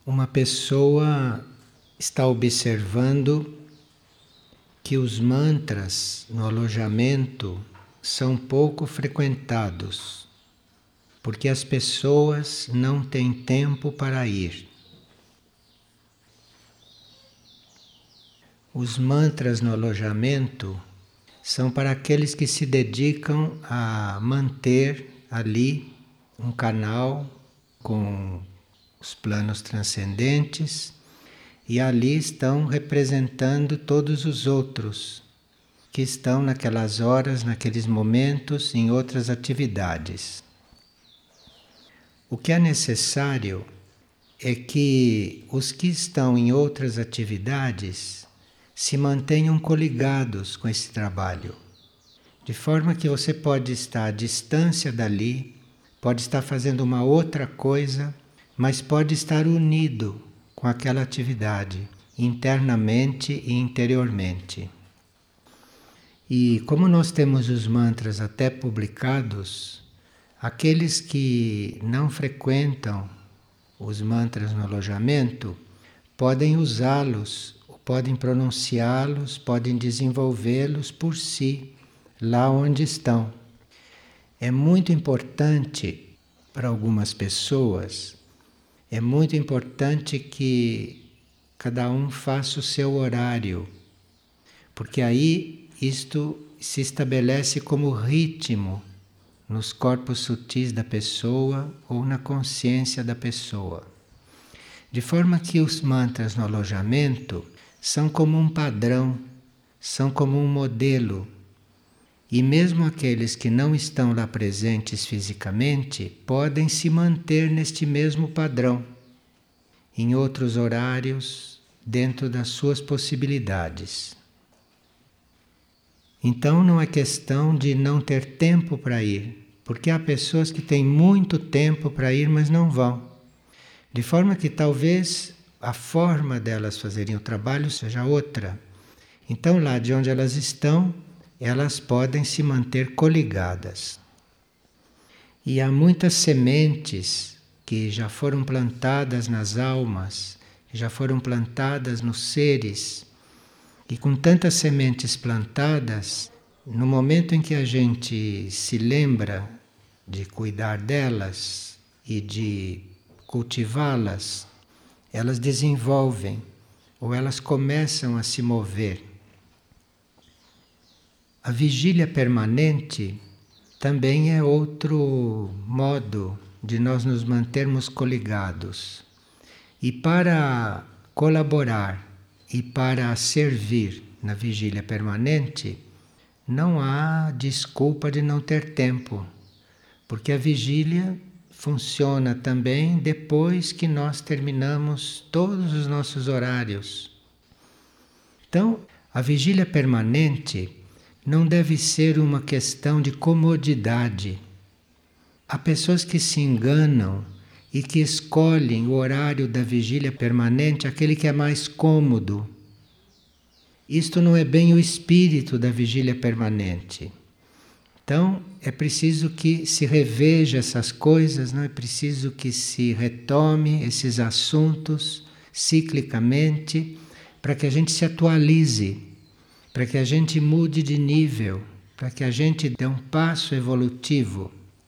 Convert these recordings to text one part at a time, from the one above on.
Uma pessoa está observando que os mantras no alojamento são pouco frequentados, porque as pessoas não têm tempo para ir. Os mantras no alojamento são para aqueles que se dedicam a manter ali um canal com os planos transcendentes, e ali estão representando todos os outros que estão naquelas horas, naqueles momentos, em outras atividades. O que é necessário é que os que estão em outras atividades se mantenham coligados com esse trabalho, de forma que você pode estar à distância dali, pode estar fazendo uma outra coisa, mas pode estar unido com aquela atividade, internamente e interiormente. E como nós temos os mantras até publicados, aqueles que não frequentam os mantras no alojamento podem usá-los, podem pronunciá-los, podem desenvolvê-los por si, lá onde estão. É muito importante para algumas pessoas, é muito importante que cada um faça o seu horário, porque aí isto se estabelece como ritmo nos corpos sutis da pessoa ou na consciência da pessoa. De forma que os mantras no alojamento são como um padrão, são como um modelo. E mesmo aqueles que não estão lá presentes fisicamente podem se manter neste mesmo padrão, em outros horários, dentro das suas possibilidades. Então não é questão de não ter tempo para ir, porque há pessoas que têm muito tempo para ir, mas não vão. De forma que talvez a forma delas fazerem o trabalho seja outra. Então lá de onde elas estão, elas podem se manter coligadas. E há muitas sementes que já foram plantadas nas almas, que já foram plantadas nos seres, e com tantas sementes plantadas, no momento em que a gente se lembra de cuidar delas e de cultivá-las, elas desenvolvem ou elas começam a se mover. A vigília permanente também é outro modo de nós nos mantermos coligados. E para colaborar e para servir na vigília permanente, não há desculpa de não ter tempo, porque a vigília funciona também depois que nós terminamos todos os nossos horários. Então, a vigília permanente não deve ser uma questão de comodidade. Há pessoas que se enganam e que escolhem o horário da vigília permanente, aquele que é mais cômodo. Isto não é bem o espírito da vigília permanente. Então, é preciso que se reveja essas coisas, não é preciso que se retome esses assuntos ciclicamente, para que a gente se atualize, para que a gente mude de nível, para que a gente dê um passo evolutivo.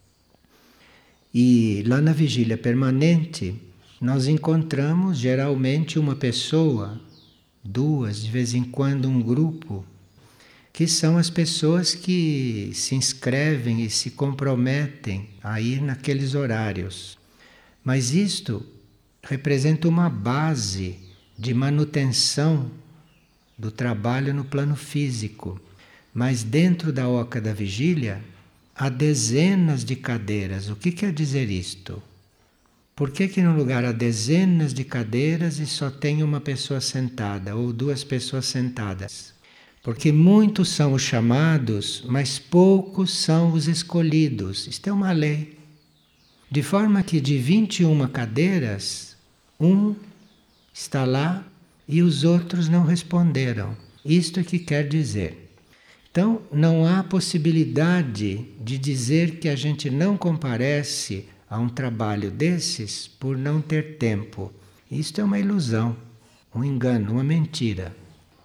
E lá na vigília permanente, nós encontramos geralmente uma pessoa, duas, de vez em quando um grupo, que são as pessoas que se inscrevem e se comprometem a ir naqueles horários. Mas isto representa uma base de manutenção do trabalho no plano físico. Mas dentro da oca da vigília há dezenas de cadeiras. O que quer dizer isto? Por que no lugar há dezenas de cadeiras e só tem uma pessoa sentada ou duas pessoas sentadas? Porque muitos são os chamados, mas poucos são os escolhidos. Isto é uma lei. De forma que de 21 cadeiras, um está lá e os outros não responderam. Isto é que quer dizer. Então, não há possibilidade de dizer que a gente não comparece a um trabalho desses por não ter tempo. Isto é uma ilusão, um engano, uma mentira.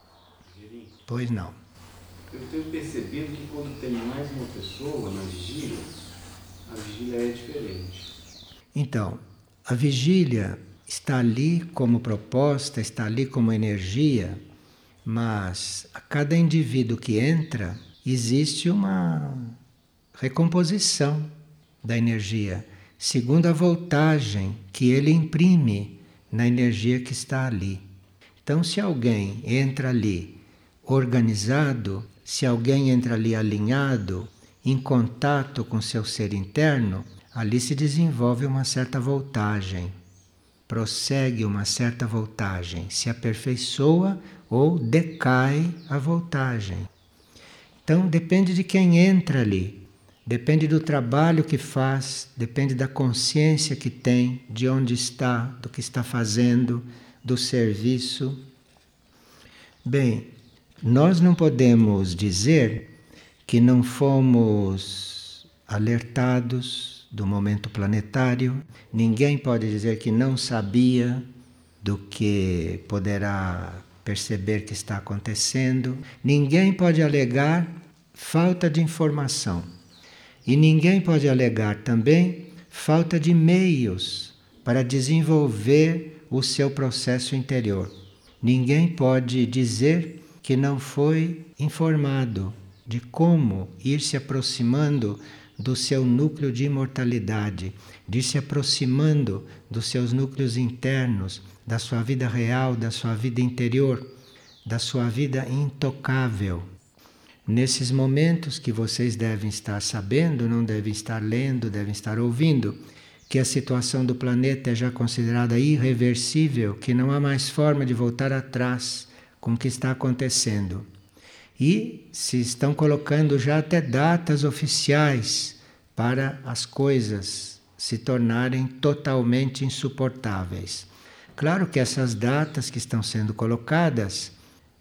Pois não. Eu tenho percebido que quando tem mais uma pessoa na vigília, a vigília é diferente. Então, a vigília está ali como proposta, está ali como energia, mas a cada indivíduo que entra, existe uma recomposição da energia, segundo a voltagem que ele imprime na energia que está ali. Então, se alguém entra ali organizado, se alguém entra ali alinhado, em contato com seu ser interno, ali se desenvolve uma certa voltagem, prossegue uma certa voltagem, se aperfeiçoa ou decai a voltagem. Então depende de quem entra ali, depende do trabalho que faz, depende da consciência que tem, de onde está, do que está fazendo, do serviço. Bem, nós não podemos dizer que não fomos alertados do momento planetário, ninguém pode dizer que não sabia do que poderá perceber que está acontecendo, ninguém pode alegar falta de informação e ninguém pode alegar também falta de meios para desenvolver o seu processo interior. Ninguém pode dizer que não foi informado de como ir se aproximando do seu núcleo de imortalidade, de ir se aproximando dos seus núcleos internos, da sua vida real, da sua vida interior, da sua vida intocável. Nesses momentos que vocês devem estar sabendo, não devem estar lendo, devem estar ouvindo, que a situação do planeta é já considerada irreversível, que não há mais forma de voltar atrás com o que está acontecendo. E se estão colocando já até datas oficiais para as coisas se tornarem totalmente insuportáveis. Claro que essas datas que estão sendo colocadas,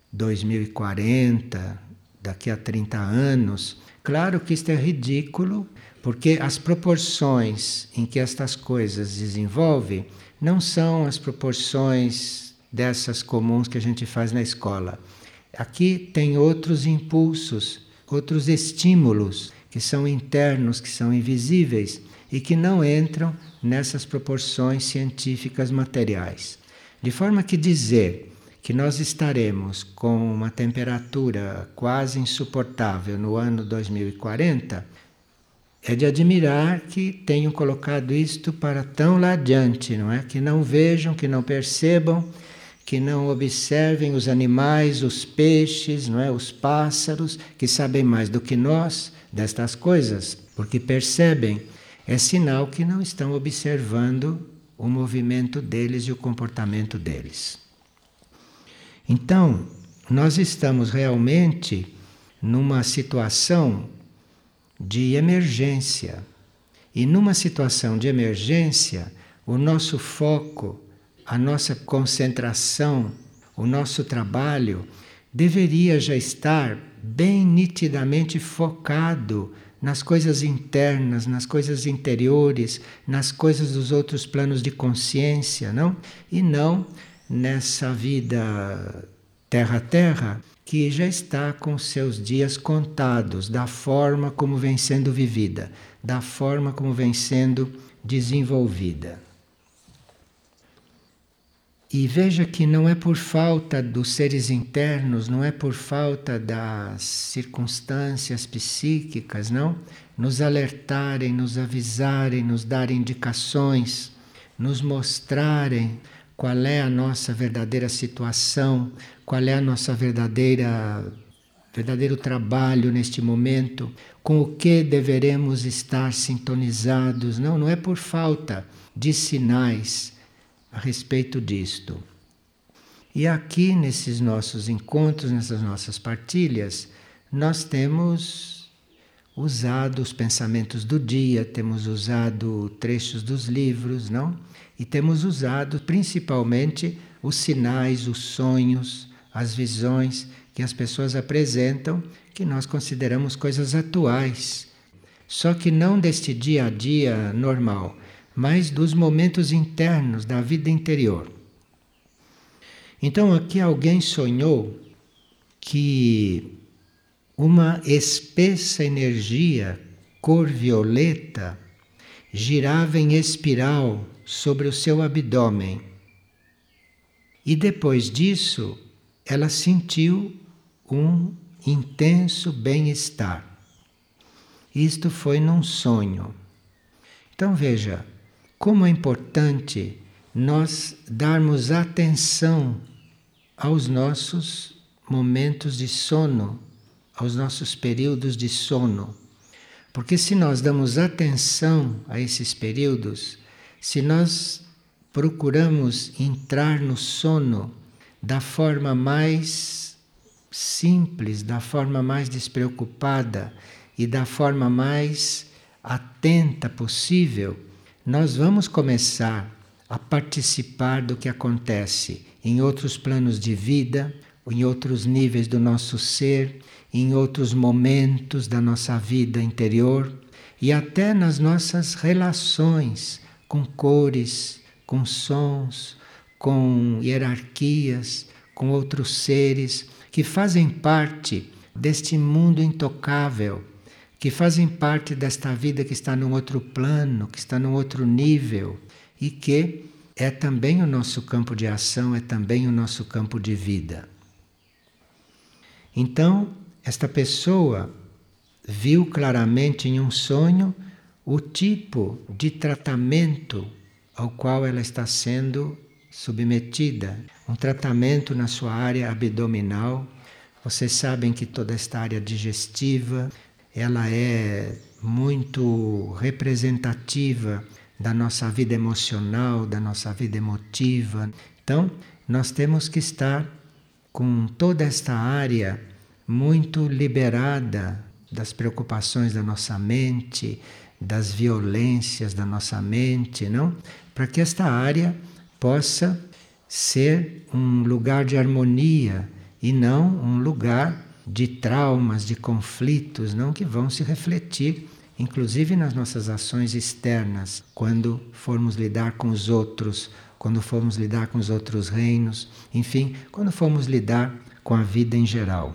2040, daqui a 30 anos, claro que isto é ridículo, porque as proporções em que estas coisas desenvolvem não são as proporções dessas comuns que a gente faz na escola. Aqui tem outros impulsos, outros estímulos que são internos, que são invisíveis e que não entram nessas proporções científicas materiais. De forma que dizer que nós estaremos com uma temperatura quase insuportável no ano 2040 é de admirar que tenham colocado isto para tão lá adiante, não é? Que não vejam, que não percebam, que não observem os animais, os peixes, não é? Os pássaros, que sabem mais do que nós destas coisas, porque percebem, é sinal que não estão observando o movimento deles e o comportamento deles. Então, nós estamos realmente numa situação de emergência. E numa situação de emergência, o nosso foco, a nossa concentração, o nosso trabalho deveria já estar bem nitidamente focado nas coisas internas, nas coisas interiores, nas coisas dos outros planos de consciência, não? E não nessa vida terra a terra, que já está com seus dias contados, da forma como vem sendo vivida, da forma como vem sendo desenvolvida. E veja que não é por falta dos seres internos, não é por falta das circunstâncias psíquicas, não? Nos alertarem, nos avisarem, nos darem indicações, nos mostrarem qual é a nossa verdadeira situação, qual é a nossa verdadeiro trabalho neste momento, com o que deveremos estar sintonizados. Não é por falta de sinais a respeito disto. E aqui, nesses nossos encontros, nessas nossas partilhas, nós temos usado os pensamentos do dia, temos usado trechos dos livros, não? E temos usado principalmente os sinais, os sonhos, as visões que as pessoas apresentam, que nós consideramos coisas atuais. Só que não deste dia a dia normal, mas dos momentos internos da vida interior. Então aqui alguém sonhou que uma espessa energia cor violeta girava em espiral sobre o seu abdômen. E depois disso, ela sentiu um intenso bem-estar. Isto foi num sonho. Então veja, como é importante nós darmos atenção aos nossos momentos de sono, aos nossos períodos de sono. Porque se nós damos atenção a esses períodos, se nós procuramos entrar no sono da forma mais simples, da forma mais despreocupada e da forma mais atenta possível, nós vamos começar a participar do que acontece em outros planos de vida, em outros níveis do nosso ser, em outros momentos da nossa vida interior e até nas nossas relações com cores, com sons, com hierarquias, com outros seres que fazem parte deste mundo intocável, que fazem parte desta vida que está num outro plano, que está num outro nível e que é também o nosso campo de ação, é também o nosso campo de vida. Então, esta pessoa viu claramente em um sonho o tipo de tratamento ao qual ela está sendo submetida. Um tratamento na sua área abdominal. Vocês sabem que toda esta área digestiva, ela é muito representativa da nossa vida emocional, da nossa vida emotiva. Então, nós temos que estar com toda esta área muito liberada das preocupações da nossa mente, das violências da nossa mente, não? Para que esta área possa ser um lugar de harmonia e não um lugar de traumas, de conflitos, não, que vão se refletir inclusive nas nossas ações externas, quando formos lidar com os outros, quando formos lidar com os outros reinos, enfim, quando formos lidar com a vida em geral.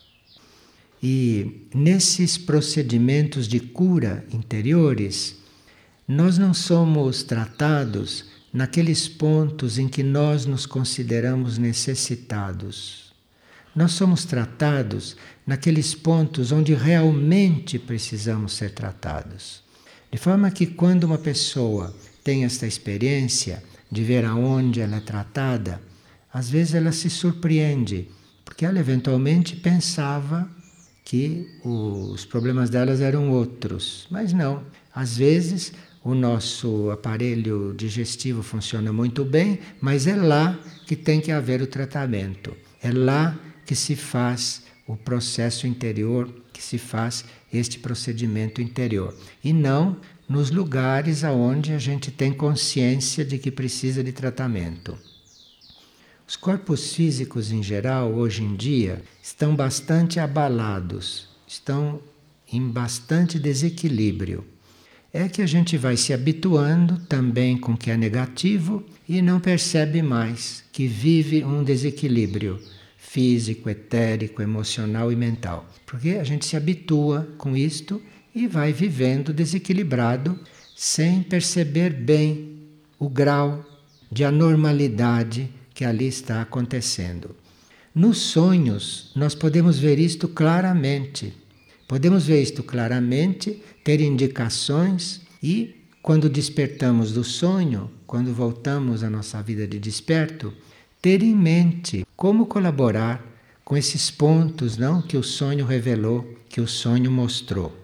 E nesses procedimentos de cura interiores, nós não somos tratados naqueles pontos em que nós nos consideramos necessitados. Nós somos tratados naqueles pontos onde realmente precisamos ser tratados. De forma que quando uma pessoa tem esta experiência de ver aonde ela é tratada, às vezes ela se surpreende, porque ela eventualmente pensava que os problemas delas eram outros, mas não. Às vezes o nosso aparelho digestivo funciona muito bem, mas é lá que tem que haver o tratamento. É lá que se faz o processo interior, que se faz este procedimento interior. E não nos lugares aonde a gente tem consciência de que precisa de tratamento. Os corpos físicos em geral, hoje em dia, estão bastante abalados, estão em bastante desequilíbrio. É que a gente vai se habituando também com o que é negativo e não percebe mais que vive um desequilíbrio físico, etérico, emocional e mental. Porque a gente se habitua com isto e vai vivendo desequilibrado sem perceber bem o grau de anormalidade que ali está acontecendo. Nos sonhos, nós podemos ver isto claramente. Podemos ver isto claramente, ter indicações e, quando despertamos do sonho, quando voltamos à nossa vida de desperto, ter em mente como colaborar com esses pontos, não, que o sonho revelou, que o sonho mostrou.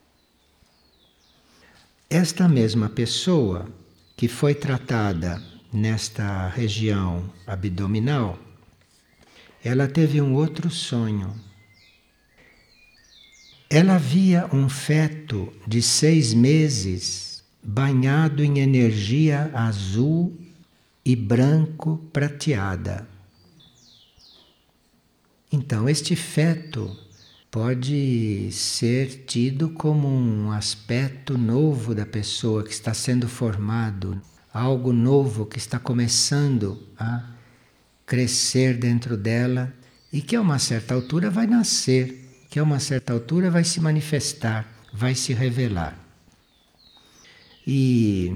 Esta mesma pessoa que foi tratada nesta região abdominal, ela teve um outro sonho. Ela via um feto de 6 meses banhado em energia azul e branco prateada. Então, este feto pode ser tido como um aspecto novo da pessoa que está sendo formado, algo novo que está começando a crescer dentro dela e que a uma certa altura vai nascer, que a uma certa altura vai se manifestar, vai se revelar. E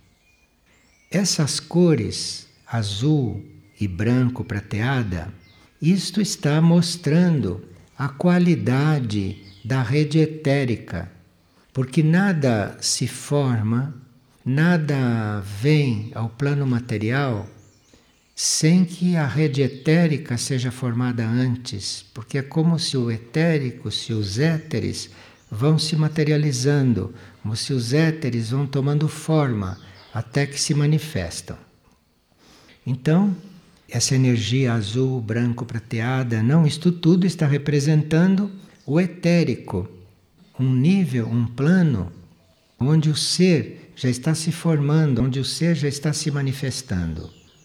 essas cores, azul e branco prateada, isto está mostrando a qualidade da rede etérica, porque nada se forma, nada vem ao plano material sem que a rede etérica seja formada antes, porque é como se o etérico, se os éteres vão se materializando, como se os éteres vão tomando forma até que se manifestam. Então, essa energia azul, branco, prateada, não, isto tudo está representando o etérico, um nível, um plano, onde o ser já está se formando, onde o ser já está se manifestando.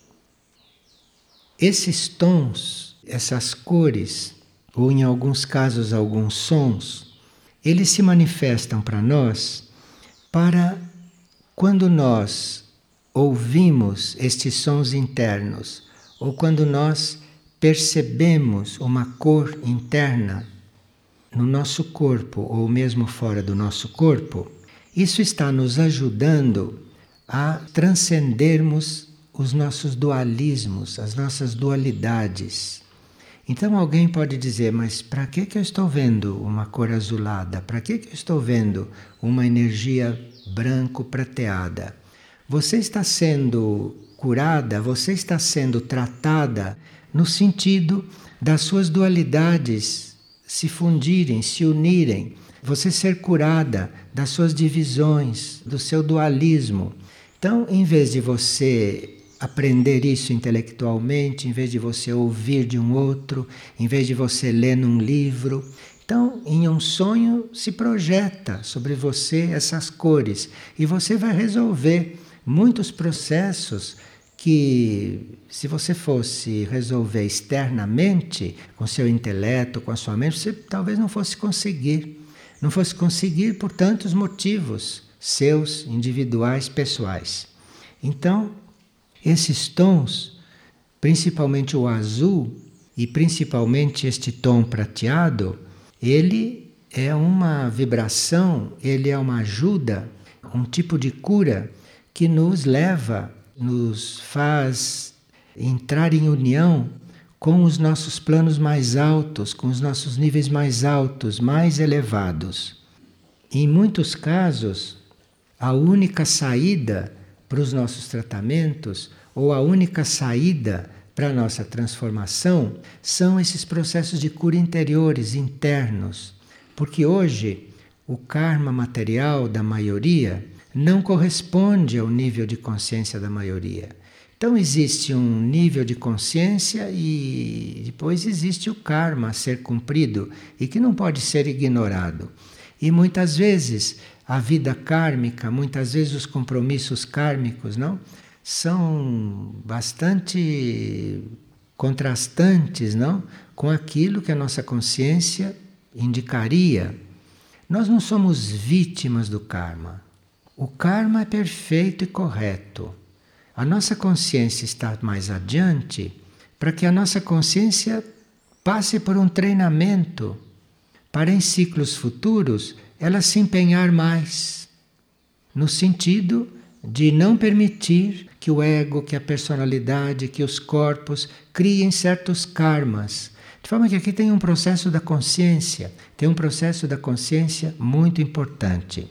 Esses tons, essas cores, ou em alguns casos alguns sons, eles se manifestam para nós para quando nós ouvimos estes sons internos, ou quando nós percebemos uma cor interna no nosso corpo, ou mesmo fora do nosso corpo, isso está nos ajudando a transcendermos os nossos dualismos, as nossas dualidades. Então alguém pode dizer, mas para que eu estou vendo uma cor azulada? Para que eu estou vendo uma energia branco-prateada? Você está sendo curada, você está sendo tratada no sentido das suas dualidades se fundirem, se unirem. Você ser curada das suas divisões, do seu dualismo. Então, em vez de você aprender isso intelectualmente, em vez de você ouvir de um outro, em vez de você ler num livro, então, em um sonho se projeta sobre você essas cores e você vai resolver muitos processos que, se você fosse resolver externamente, com seu intelecto, com a sua mente, você talvez não fosse conseguir. Não fosse conseguir por tantos motivos seus, individuais, pessoais. Então, esses tons, principalmente o azul e principalmente este tom prateado, ele é uma vibração, ele é uma ajuda, um tipo de cura que nos leva, nos faz entrar em união com os nossos planos mais altos, com os nossos níveis mais altos, mais elevados. Em muitos casos, a única saída para os nossos tratamentos ou a única saída para a nossa transformação são esses processos de cura interiores, internos. Porque hoje o karma material da maioria não corresponde ao nível de consciência da maioria. Então existe um nível de consciência e depois existe o karma a ser cumprido e que não pode ser ignorado. E muitas vezes a vida kármica, muitas vezes os compromissos kármicos, não, são bastante contrastantes, não, com aquilo que a nossa consciência indicaria. Nós não somos vítimas do karma. O karma é perfeito e correto. A nossa consciência está mais adiante para que a nossa consciência passe por um treinamento para em ciclos futuros ela se empenhar mais no sentido de não permitir que o ego, que a personalidade, que os corpos criem certos karmas. De forma que aqui tem um processo da consciência, tem um processo da consciência muito importante.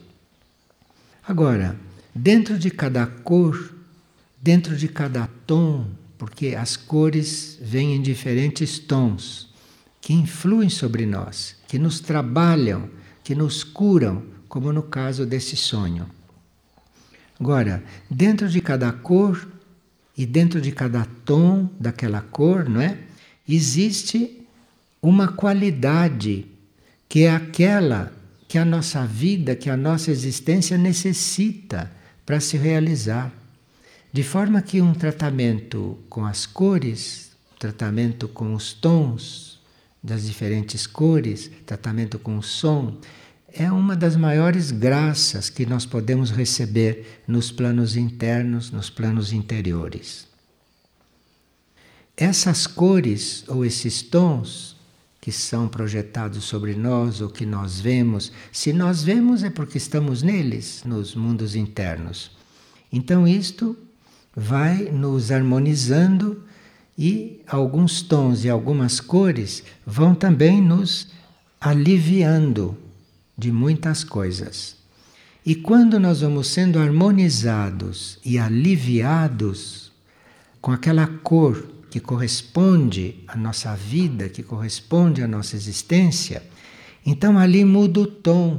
Agora, dentro de cada cor, dentro de cada tom, porque as cores vêm em diferentes tons, que influem sobre nós, que nos trabalham, que nos curam, como no caso desse sonho. Agora, dentro de cada cor e dentro de cada tom daquela cor, não é? Existe uma qualidade que é aquela que a nossa vida, que a nossa existência necessita para se realizar. De forma que um tratamento com as cores, tratamento com os tons das diferentes cores, tratamento com o som, é uma das maiores graças que nós podemos receber nos planos internos, nos planos interiores. essas cores ou esses tons que são projetados sobre nós ou que nós vemos, se nós vemos é porque estamos neles, nos mundos internos. Então isto vai nos harmonizando e alguns tons e algumas cores vão também nos aliviando de muitas coisas. E quando nós vamos sendo harmonizados e aliviados com aquela cor que corresponde à nossa vida, que corresponde à nossa existência, então ali muda o tom.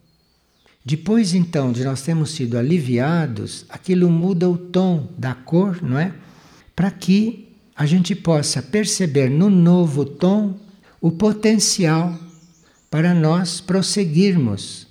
Depois então de nós termos sido aliviados, aquilo muda o tom da cor, não é? Para que a gente possa perceber no novo tom o potencial para nós prosseguirmos,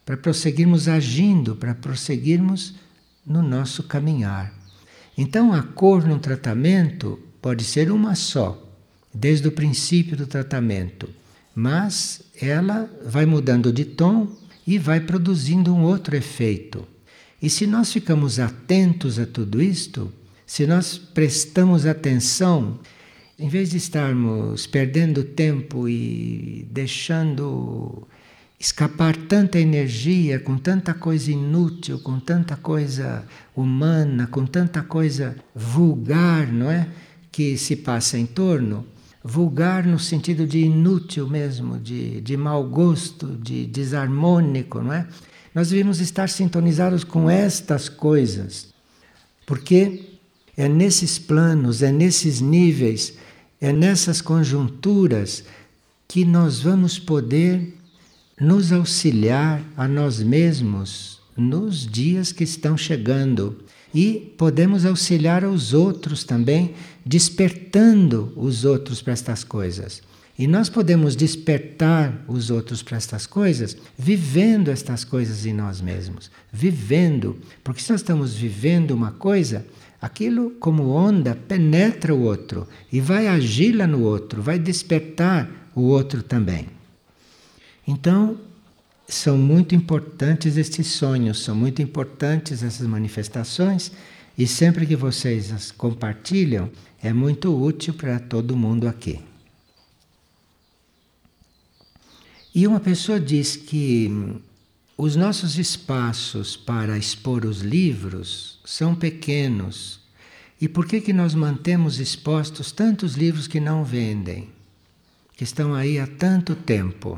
agindo, para prosseguirmos no nosso caminhar. Então a cor no tratamento pode ser uma só, desde o princípio do tratamento, mas ela vai mudando de tom e vai produzindo um outro efeito. E se nós ficamos atentos a tudo isto, se nós prestamos atenção, em vez de estarmos perdendo tempo e deixando escapar tanta energia com tanta coisa inútil, com tanta coisa humana, com tanta coisa vulgar, não é? Que se passa em torno, vulgar no sentido de inútil mesmo, de mau gosto, de desarmônico, não é? Nós devemos estar sintonizados com estas coisas, porque é nesses planos, é nesses níveis, é nessas conjunturas que nós vamos poder nos auxiliar a nós mesmos nos dias que estão chegando. E podemos auxiliar aos outros também, despertando os outros para estas coisas. E nós podemos despertar os outros para estas coisas, vivendo estas coisas em nós mesmos. Vivendo. Porque se nós estamos vivendo uma coisa, aquilo como onda penetra o outro e vai agir lá no outro, vai despertar o outro também. Então, são muito importantes estes sonhos, são muito importantes essas manifestações e sempre que vocês as compartilham é muito útil para todo mundo aqui. E uma pessoa diz que os nossos espaços para expor os livros são pequenos. E por que nós mantemos expostos tantos livros que não vendem, que estão aí há tanto tempo?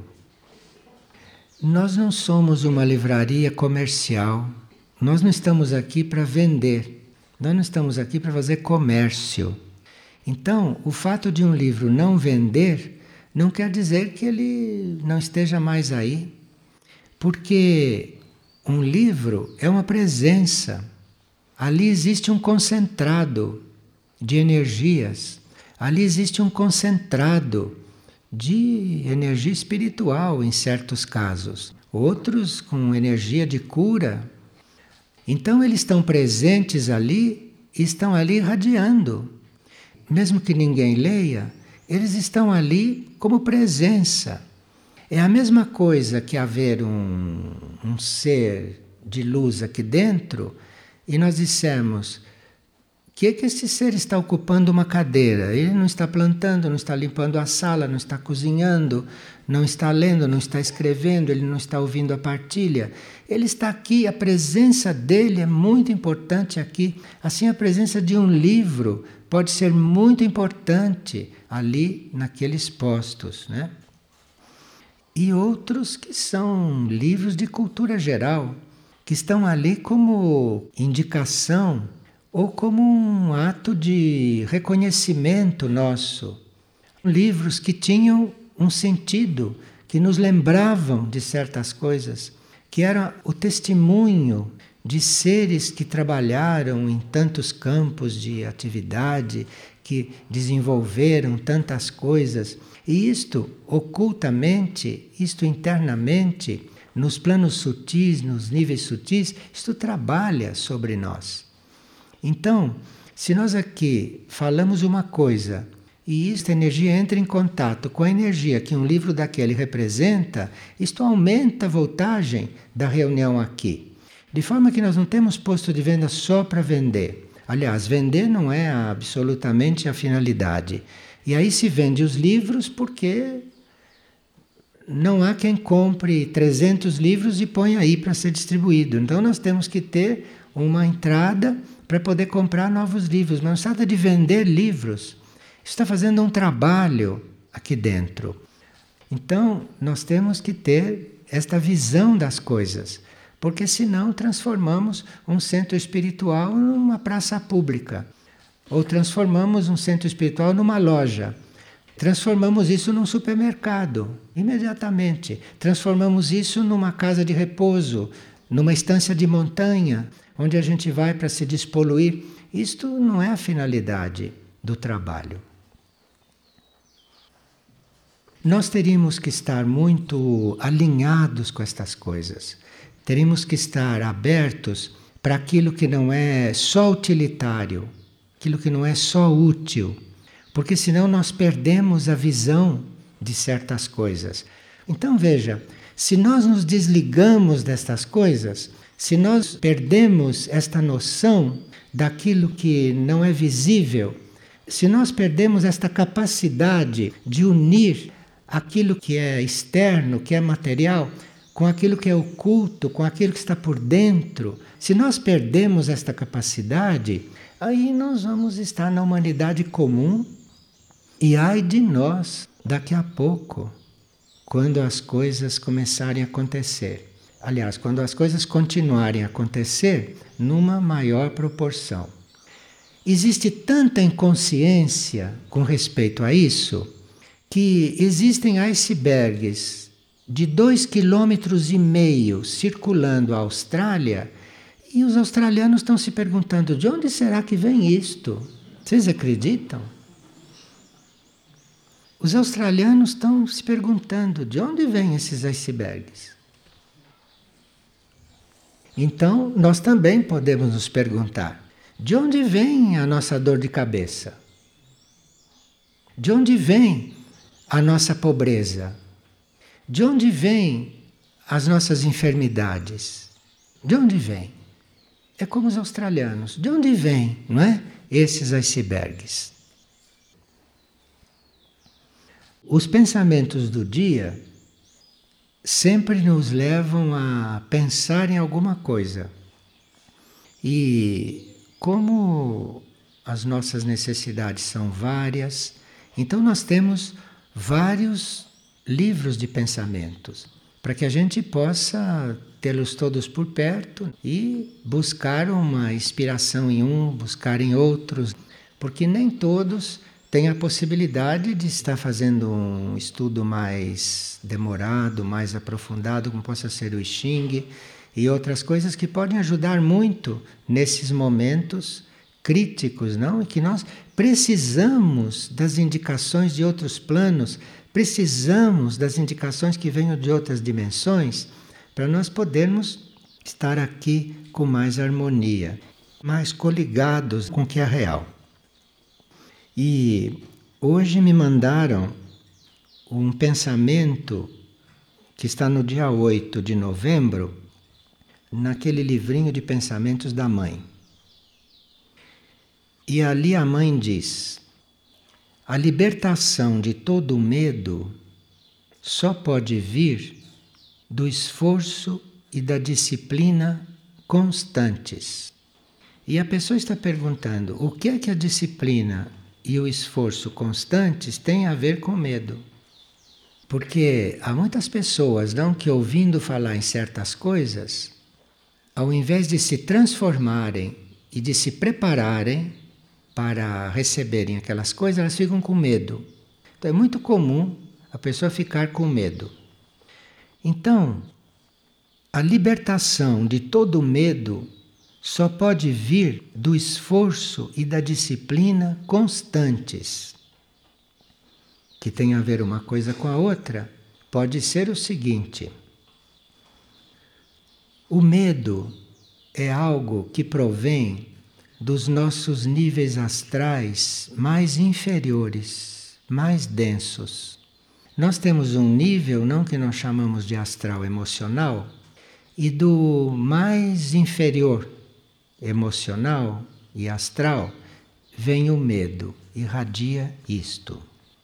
Nós não somos uma livraria comercial, nós não estamos aqui para vender, nós não estamos aqui para fazer comércio. Então, o fato de um livro não vender não quer dizer que ele não esteja mais aí, porque um livro é uma presença, ali existe um concentrado de energias, ali existe um concentrado de energia espiritual em certos casos, outros com energia de cura. Então eles estão presentes ali e estão ali irradiando. Mesmo que ninguém leia, eles estão ali como presença. É a mesma coisa que haver um ser de luz aqui dentro e nós dissemos: que esse ser está ocupando uma cadeira? Ele não está plantando, não está limpando a sala, não está cozinhando, não está lendo, não está escrevendo, ele não está ouvindo a partilha. Ele está aqui, a presença dele é muito importante aqui. Assim, a presença de um livro pode ser muito importante ali naqueles postos, né? E outros que são livros de cultura geral, que estão ali como indicação ou como um ato de reconhecimento nosso. Livros que tinham um sentido, que nos lembravam de certas coisas, que era o testemunho de seres que trabalharam em tantos campos de atividade, que desenvolveram tantas coisas. E isto ocultamente, isto internamente, nos planos sutis, nos níveis sutis, isto trabalha sobre nós. Então, se nós aqui falamos uma coisa e esta energia entra em contato com a energia que um livro daquele representa, isto aumenta a voltagem da reunião aqui. De forma que nós não temos posto de venda só para vender. Aliás, vender não é absolutamente a finalidade. E aí se vende os livros porque não há quem compre 300 livros e ponha aí para ser distribuído. Então nós temos que ter uma entrada para poder comprar novos livros. Mas não se trata de vender livros. Isso está fazendo um trabalho aqui dentro. Então nós temos que ter esta visão das coisas. Porque senão transformamos um centro espiritual numa praça pública. Ou transformamos um centro espiritual numa loja. Transformamos isso num supermercado, imediatamente. Transformamos isso numa casa de repouso, numa estância de montanha, onde a gente vai para se despoluir. Isto não é a finalidade do trabalho. Nós teríamos que estar muito alinhados com estas coisas. Teríamos que estar abertos para aquilo que não é só utilitário, aquilo que não é só útil, porque senão nós perdemos a visão de certas coisas. Então veja, se nós nos desligamos destas coisas, se nós perdemos esta noção daquilo que não é visível, se nós perdemos esta capacidade de unir aquilo que é externo, que é material, com aquilo que é oculto, com aquilo que está por dentro, se nós perdemos esta capacidade, aí nós vamos estar na humanidade comum e ai de nós daqui a pouco, quando as coisas começarem a acontecer. Aliás, quando as coisas continuarem a acontecer numa maior proporção. Existe tanta inconsciência com respeito a isso, que existem icebergs de 2,5 km circulando a Austrália, e os australianos estão se perguntando: de onde será que vem isto? Vocês acreditam? Os australianos estão se perguntando: de onde vêm esses icebergs? Então, nós também podemos nos perguntar: de onde vem a nossa dor de cabeça? De onde vem a nossa pobreza? De onde vêm as nossas enfermidades? De onde vêm? É como os australianos. De onde vêm, não é? Esses icebergs. Os pensamentos do dia sempre nos levam a pensar em alguma coisa. E como as nossas necessidades são várias, então nós temos vários livros de pensamentos, para que a gente possa tê-los todos por perto e buscar uma inspiração em um, buscar em outros, porque nem todos têm a possibilidade de estar fazendo um estudo mais demorado, mais aprofundado, como possa ser o I Ching e outras coisas que podem ajudar muito nesses momentos críticos, não? E que nós precisamos das indicações de outros planos. Precisamos das indicações que venham de outras dimensões para nós podermos estar aqui com mais harmonia, mais coligados com o que é real. E hoje me mandaram um pensamento que está no dia 8 de novembro, naquele livrinho de pensamentos da mãe. E ali a mãe diz: a libertação de todo o medo só pode vir do esforço e da disciplina constantes. E a pessoa está perguntando: o que é que a disciplina e o esforço constantes têm a ver com medo? Porque há muitas pessoas, não, que ouvindo falar em certas coisas, ao invés de se transformarem e de se prepararem para receberem aquelas coisas, elas ficam com medo. Então é muito comum a pessoa ficar com medo. Então, a libertação de todo o medo só pode vir do esforço e da disciplina constantes. Que tem a ver uma coisa com a outra, pode ser o seguinte: o medo é algo que provém dos nossos níveis astrais mais inferiores, mais densos. Nós temos um nível, não, que nós chamamos de astral emocional, e do mais inferior emocional e astral, vem o medo, irradia isto.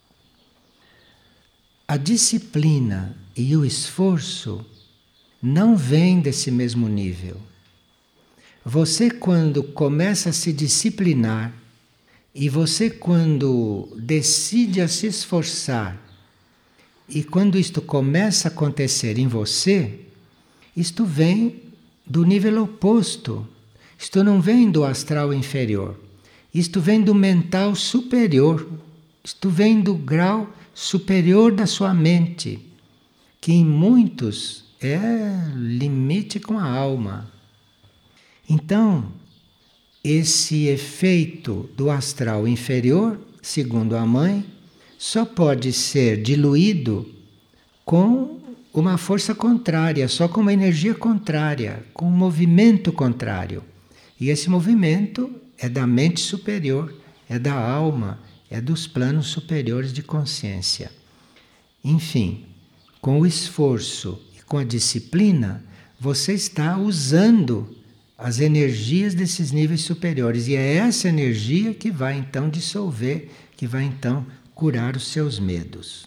A disciplina e o esforço não vêm desse mesmo nível. Você, quando começa a se disciplinar e você, quando decide a se esforçar, e quando isto começa a acontecer em você, isto vem do nível oposto. Isto não vem do astral inferior. Isto vem do mental superior. Isto vem do grau superior da sua mente, que em muitos é limite com a alma. Então, esse efeito do astral inferior, segundo a mãe, só pode ser diluído com uma força contrária, só com uma energia contrária, com um movimento contrário. E esse movimento é da mente superior, é da alma, é dos planos superiores de consciência. Enfim, com o esforço e com a disciplina, você está usando as energias desses níveis superiores. E é essa energia que vai então dissolver, que vai então curar os seus medos.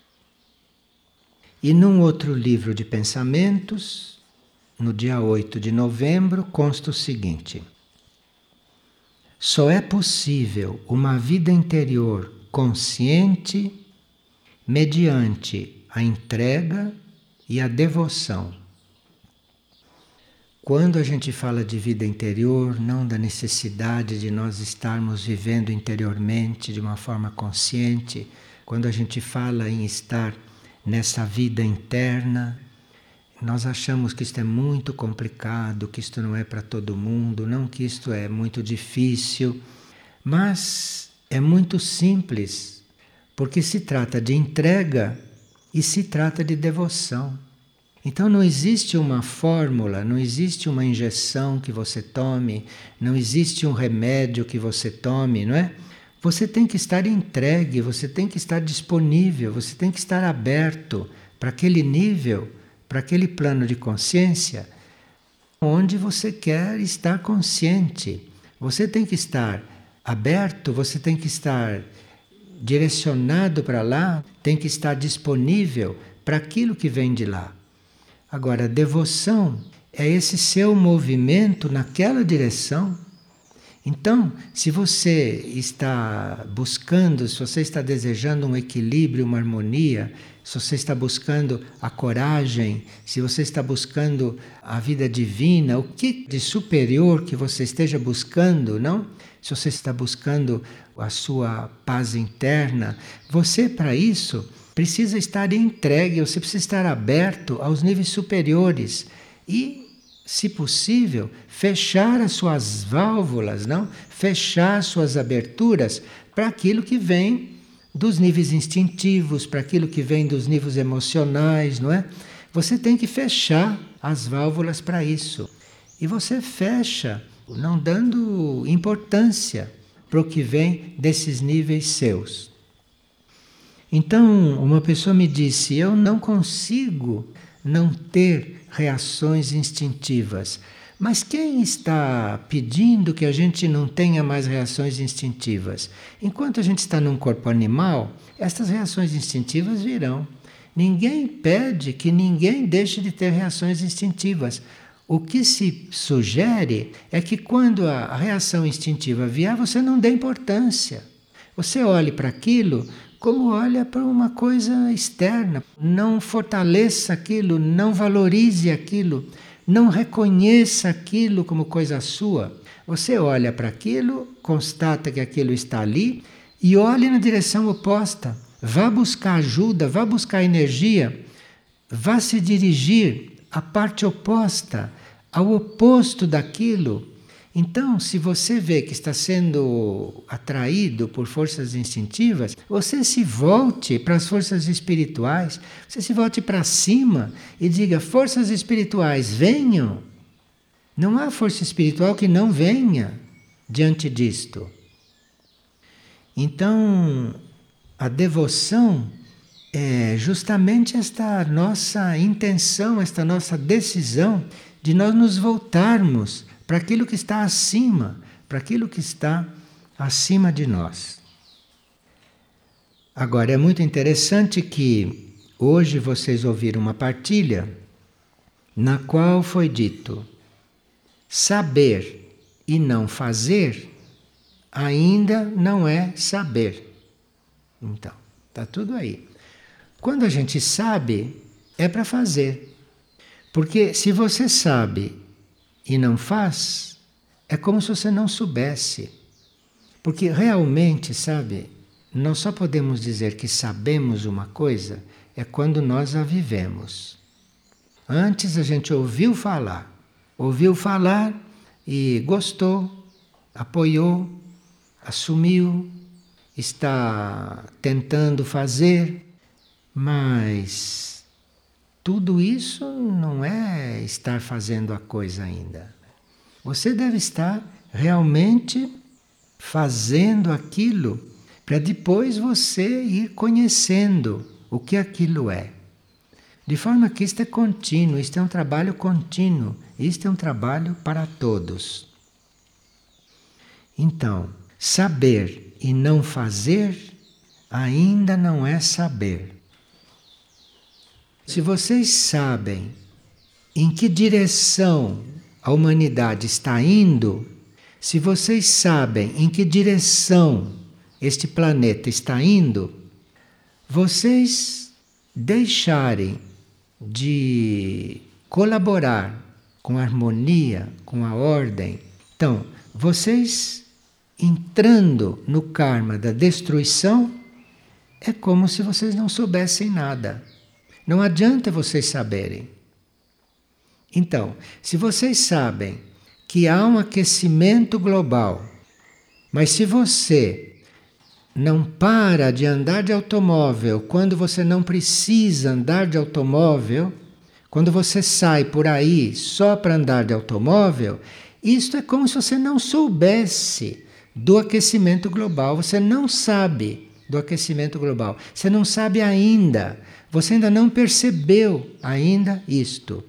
E num outro livro de pensamentos, no dia 8 de novembro, consta o seguinte: só é possível uma vida interior consciente mediante a entrega e a devoção. Quando a gente fala de vida interior, não da necessidade de nós estarmos vivendo interiormente de uma forma consciente, quando a gente fala em estar nessa vida interna, nós achamos que isto é muito complicado, que isto não é para todo mundo, não que isto é muito difícil, mas é muito simples, porque se trata de entrega e se trata de devoção. Então não existe uma fórmula, não existe uma injeção que você tome, não existe um remédio que você tome, não é? Você tem que estar entregue, você tem que estar disponível, você tem que estar aberto para aquele nível, para aquele plano de consciência onde você quer estar consciente. Você tem que estar aberto, você tem que estar direcionado para lá, tem que estar disponível para aquilo que vem de lá. Agora, a devoção é esse seu movimento naquela direção. Então, se você está buscando, se você está desejando um equilíbrio, uma harmonia, se você está buscando a coragem, se você está buscando a vida divina, o que de superior que você esteja buscando, não? Se você está buscando a sua paz interna, você, para isso, precisa estar entregue, você precisa estar aberto aos níveis superiores e, se possível, fechar as suas válvulas, não? Fechar suas aberturas para aquilo que vem dos níveis instintivos, para aquilo que vem dos níveis emocionais, não é? Você tem que fechar as válvulas para isso. E você fecha, não dando importância para o que vem desses níveis seus. Então, uma pessoa me disse: eu não consigo não ter reações instintivas. Mas quem está pedindo que a gente não tenha mais reações instintivas? Enquanto a gente está num corpo animal, estas reações instintivas virão. Ninguém pede que ninguém deixe de ter reações instintivas. O que se sugere é que quando a reação instintiva vier, você não dê importância. Você olhe para aquilo como olha para uma coisa externa. Não fortaleça aquilo, não valorize aquilo, não reconheça aquilo como coisa sua. Você olha para aquilo, constata que aquilo está ali e olhe na direção oposta. Vá buscar ajuda, vá buscar energia, vá se dirigir à parte oposta, ao oposto daquilo. Então, se você vê que está sendo atraído por forças instintivas, você se volte para as forças espirituais, você se volte para cima e diga: forças espirituais, venham. Não há força espiritual que não venha diante disto. Então, a devoção é justamente esta nossa intenção, esta nossa decisão de nós nos voltarmos para aquilo que está acima, para aquilo que está acima de nós. Agora, é muito interessante que hoje vocês ouviram uma partilha na qual foi dito: saber e não fazer ainda não é saber. Então, está tudo aí. Quando a gente sabe, é para fazer. Porque se você sabe e não faz, é como se você não soubesse. Porque realmente, sabe, nós só podemos dizer que sabemos uma coisa é quando nós a vivemos. Antes a gente ouviu falar e gostou, apoiou, assumiu, está tentando fazer, mas tudo isso não é estar fazendo a coisa ainda. Você deve estar realmente fazendo aquilo para depois você ir conhecendo o que aquilo é. De forma que isto é contínuo, isto é um trabalho contínuo, isto é um trabalho para todos. Então, saber e não fazer ainda não é saber. Se vocês sabem em que direção a humanidade está indo, se vocês sabem em que direção este planeta está indo, vocês deixarem de colaborar com a harmonia, com a ordem. Então, vocês entrando no karma da destruição, é como se vocês não soubessem nada. Não adianta vocês saberem. Então, se vocês sabem que há um aquecimento global, mas se você não para de andar de automóvel quando você não precisa andar de automóvel, quando você sai por aí só para andar de automóvel, isto é como se você não soubesse do aquecimento global. Você não sabe do aquecimento global. Você não sabe ainda. Você ainda não percebeu ainda isto.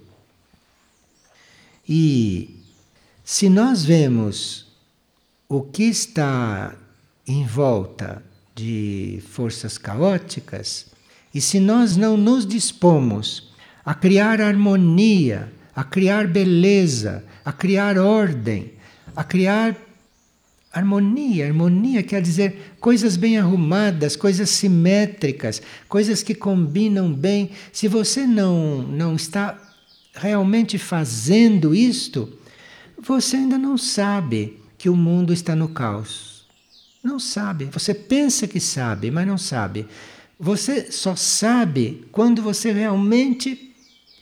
E se nós vemos o que está em volta de forças caóticas, e se nós não nos dispomos a criar harmonia, a criar beleza, a criar ordem, a criar harmonia. Harmonia quer dizer coisas bem arrumadas, coisas simétricas, coisas que combinam bem. Se você não está realmente fazendo isto, você ainda não sabe que o mundo está no caos. Não sabe. Você pensa que sabe, mas não sabe. Você só sabe quando você realmente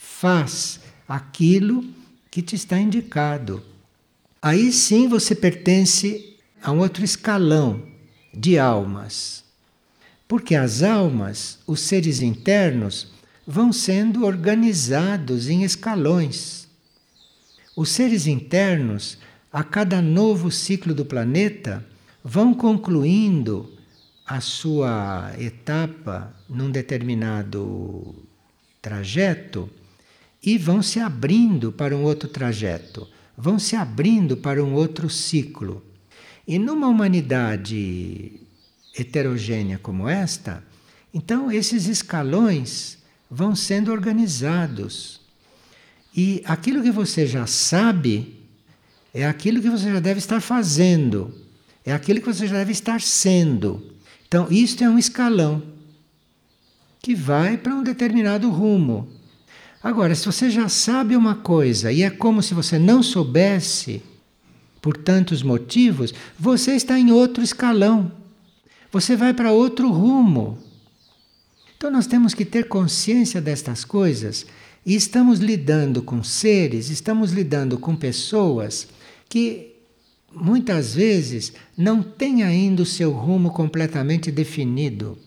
faz aquilo que te está indicado. Aí sim você pertence a um outro escalão de almas. Porque as almas, os seres internos, vão sendo organizados em escalões. Os seres internos, a cada novo ciclo do planeta, vão concluindo a sua etapa num determinado trajeto e vão se abrindo para um outro trajeto, vão se abrindo para um outro ciclo. E numa humanidade heterogênea como esta, então esses escalões vão sendo organizados. E aquilo que você já sabe é aquilo que você já deve estar fazendo, é aquilo que você já deve estar sendo. Então, isto é um escalão que vai para um determinado rumo. Agora, se você já sabe uma coisa e é como se você não soubesse, por tantos motivos, você está em outro escalão. Você vai para outro rumo. Então, nós temos que ter consciência destas coisas e estamos lidando com seres, estamos lidando com pessoas que muitas vezes não têm ainda o seu rumo completamente definido.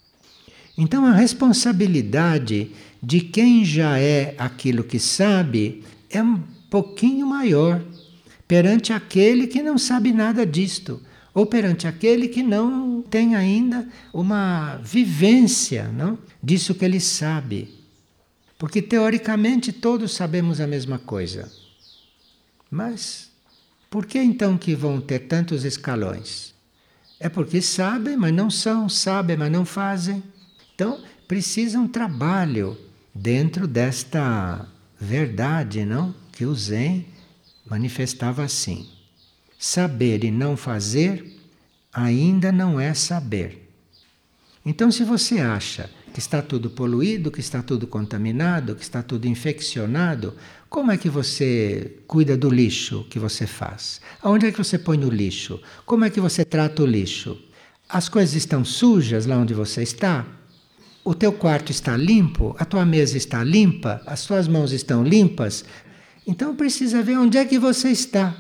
Então a responsabilidade de quem já é aquilo que sabe é um pouquinho maior perante aquele que não sabe nada disto, ou perante aquele que não tem ainda uma vivência, não, disso que ele sabe. Porque teoricamente todos sabemos a mesma coisa. Mas Por que então que vão ter tantos escalões? É porque sabem, mas não são, sabem, mas não fazem. Então, precisa um trabalho dentro desta verdade, não? Que o Zen manifestava assim. Saber e não fazer ainda não é saber. Então, se você acha que está tudo poluído, que está tudo contaminado, que está tudo infeccionado, como é que você cuida do lixo que você faz? Aonde é que você põe o lixo? Como é que você trata o lixo? As coisas estão sujas lá onde você está? O teu quarto está limpo? A tua mesa está limpa? As tuas mãos estão limpas? Então precisa ver onde é que você está.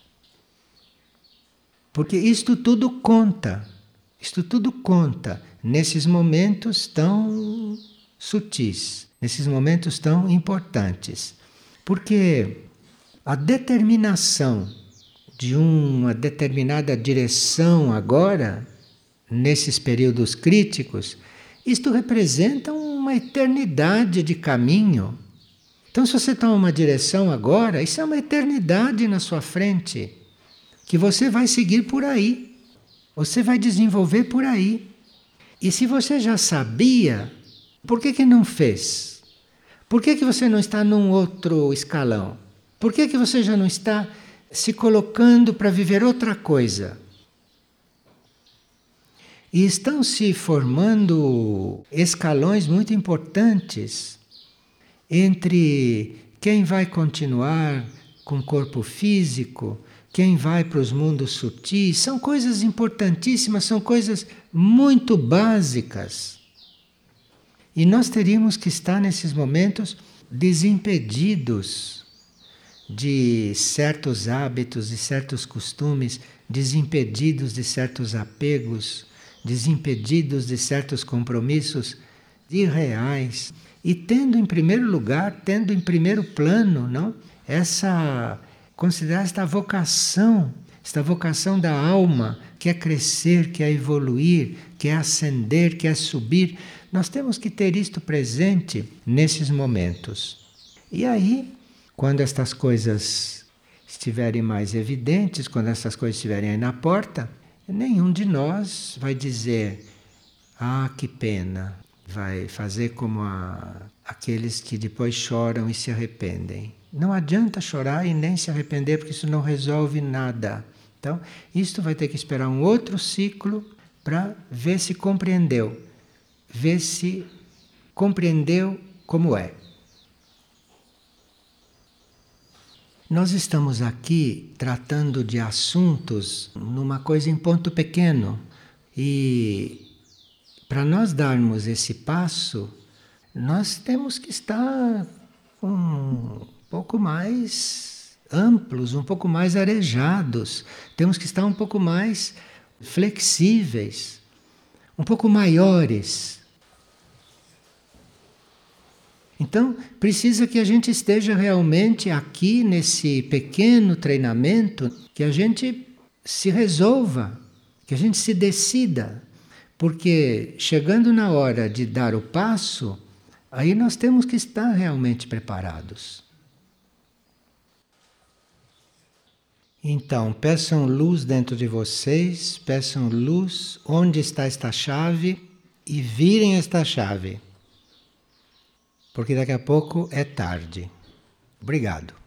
Porque isto tudo conta. Isto tudo conta nesses momentos tão sutis, nesses momentos tão importantes. Porque a determinação de uma determinada direção agora, nesses períodos críticos, isto representa uma eternidade de caminho. Então, se você toma uma direção agora, isso é uma eternidade na sua frente, que você vai seguir por aí, você vai desenvolver por aí. E se você já sabia, por que não fez? Por que você não está num outro escalão? Por que você já não está se colocando para viver outra coisa? E estão se formando escalões muito importantes entre quem vai continuar com corpo físico, quem vai para os mundos sutis. São coisas importantíssimas, são coisas muito básicas. E nós teríamos que estar nesses momentos desimpedidos de certos hábitos, de certos costumes, desimpedidos de certos apegos, desimpedidos de certos compromissos irreais. E tendo em primeiro lugar, tendo em primeiro plano, não? Considerar esta vocação da alma, que é crescer, que é evoluir, que é ascender, que é subir. Nós temos que ter isto presente nesses momentos. E aí, quando estas coisas estiverem mais evidentes, quando essas coisas estiverem aí na porta, nenhum de nós vai dizer: ah, que pena. Vai fazer como aqueles que depois choram e se arrependem. Não adianta chorar e nem se arrepender, porque isso não resolve nada. Então, isto vai ter que esperar um outro ciclo para ver se compreendeu. Ver se compreendeu como é. Nós estamos aqui tratando de assuntos numa coisa em ponto pequeno. E para nós darmos esse passo, nós temos que estar um pouco mais amplos, um pouco mais arejados. Temos que estar um pouco mais flexíveis, um pouco maiores. Então, precisa que a gente esteja realmente aqui nesse pequeno treinamento, que a gente se resolva, que a gente se decida. Porque chegando na hora de dar o passo, aí nós temos que estar realmente preparados. Então, peçam luz dentro de vocês, peçam luz onde está esta chave e virem esta chave. Porque daqui a pouco é tarde. Obrigado.